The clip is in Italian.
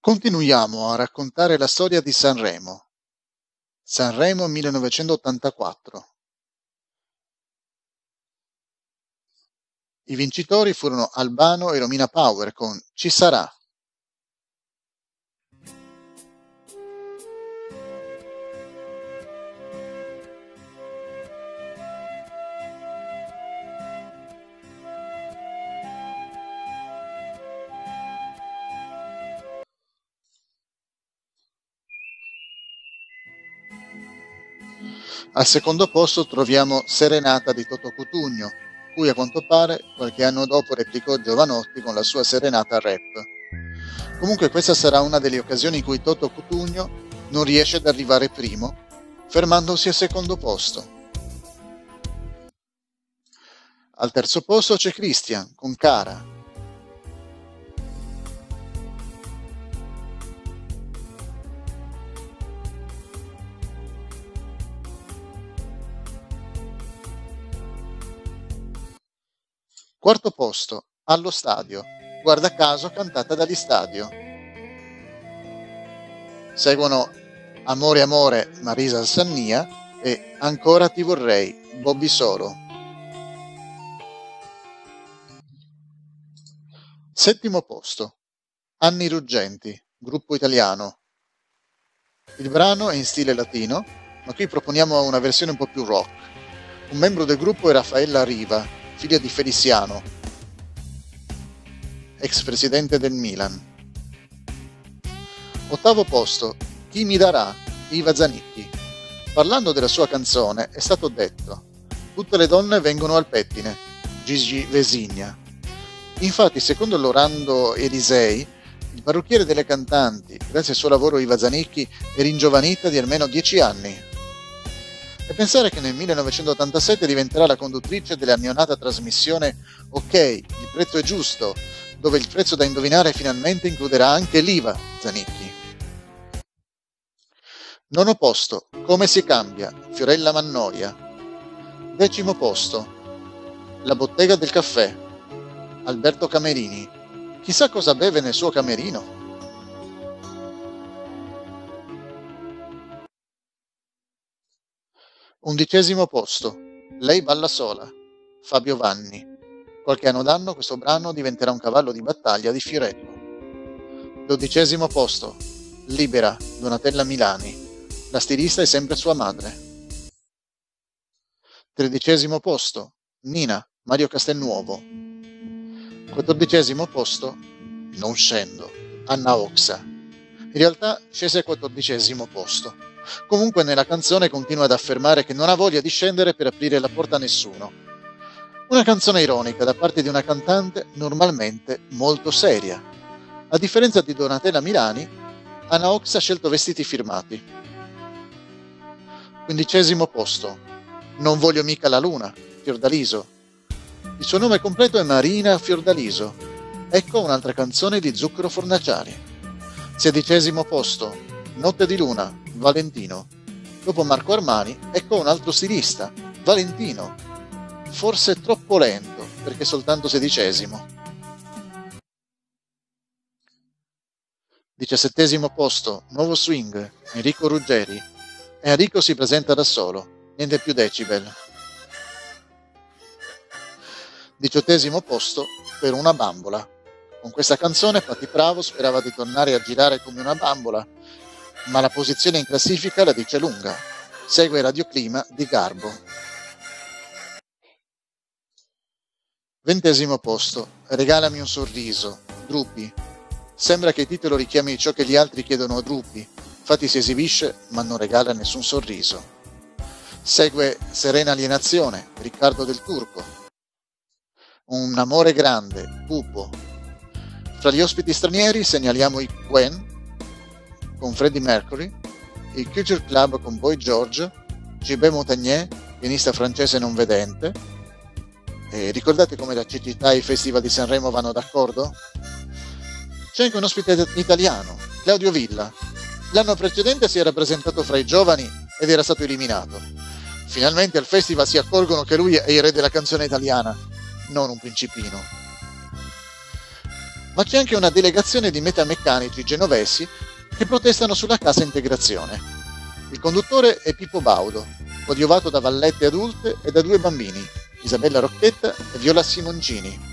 Continuiamo a raccontare la storia di Sanremo. Sanremo 1984. I vincitori furono Albano e Romina Power con Ci sarà. Al secondo posto troviamo Serenata di Toto Cutugno, cui a quanto pare qualche anno dopo replicò Giovanotti con la sua Serenata rap. Comunque questa sarà una delle occasioni in cui Toto Cutugno non riesce ad arrivare primo, fermandosi al secondo posto. Al terzo posto c'è Christian con Cara. Quarto posto, Allo stadio, guarda caso cantata dagli Stadio. Seguono Amore Amore, Marisa Sannia e Ancora ti vorrei, Bobby Solo. Settimo posto, Anni Ruggenti, gruppo italiano. Il brano è in stile latino, ma qui proponiamo una versione un po' più rock. Un membro del gruppo è Raffaella Riva, figlia di Feliciano, ex presidente del Milan. Ottavo posto, Chi mi darà, Iva Zanicchi. Parlando della sua canzone è stato detto: tutte le donne vengono al pettine, Gigi Vesigna. Infatti, secondo Lorando Elisei, il parrucchiere delle cantanti, grazie al suo lavoro Iva Zanicchi è ringiovanita di almeno 10 anni. E pensare che nel 1987 diventerà la conduttrice della neonata trasmissione Ok, il prezzo è giusto, dove il prezzo da indovinare finalmente includerà anche l'Iva Zanicchi. Nono posto, Come si cambia, Fiorella Mannoia. Decimo posto, La bottega del caffè, Alberto Camerini. Chissà cosa beve nel suo camerino. Undicesimo posto, Lei balla sola, Fabio Vanni. Qualche anno d'anno questo brano diventerà un cavallo di battaglia di Fiorello. Dodicesimo posto, Libera, Donatella Milani. La stilista è sempre sua madre. Tredicesimo posto, Nina, Mario Castelnuovo. Quattordicesimo posto, Non scendo, Anna Oxa. In realtà scese al 14° posto. Comunque nella canzone continua ad affermare che non ha voglia di scendere per aprire la porta a nessuno. Una canzone ironica da parte di una cantante normalmente molto seria. A differenza di Donatella Milani, Anna Ox ha scelto vestiti firmati. 15° posto, Non voglio mica la luna, Fiordaliso. Il suo nome completo è Marina Fiordaliso. Ecco un'altra canzone di Zucchero Fornaciari. 16° posto, Notte di luna, Valentino. Dopo Marco Armani, ecco un altro stilista, Valentino. Forse troppo lento, perché soltanto 16°. 17° posto, Nuovo swing, Enrico Ruggeri. Enrico si presenta da solo, niente più decibel. 18° posto, Per una bambola. Con questa canzone Patti Bravo sperava di tornare a girare come una bambola, ma la posizione in classifica la dice lunga. Segue Radio Clima di Garbo. 20° posto, Regalami un sorriso, Drupi. Sembra che il titolo richiami ciò che gli altri chiedono a Drupi, infatti si esibisce ma non regala nessun sorriso. Segue Serena alienazione, Riccardo del Turco. Un amore grande, Pupo. Fra gli ospiti stranieri segnaliamo i Quen con Freddie Mercury, il Culture Club con Boy George, Gilbert Montagnier, pianista francese non vedente. E ricordate come la cecità e i festival di Sanremo vanno d'accordo? C'è anche un ospite italiano, Claudio Villa. L'anno precedente si era presentato fra i giovani ed era stato eliminato. Finalmente al festival si accorgono che lui è il re della canzone italiana, non un principino. ma c'è anche una delegazione di metameccanici genovesi che protestano sulla cassa integrazione. Il conduttore è Pippo Baudo, coadiuvato da vallette adulte e da due bambini, Isabella Rocchetta e Viola Simoncini.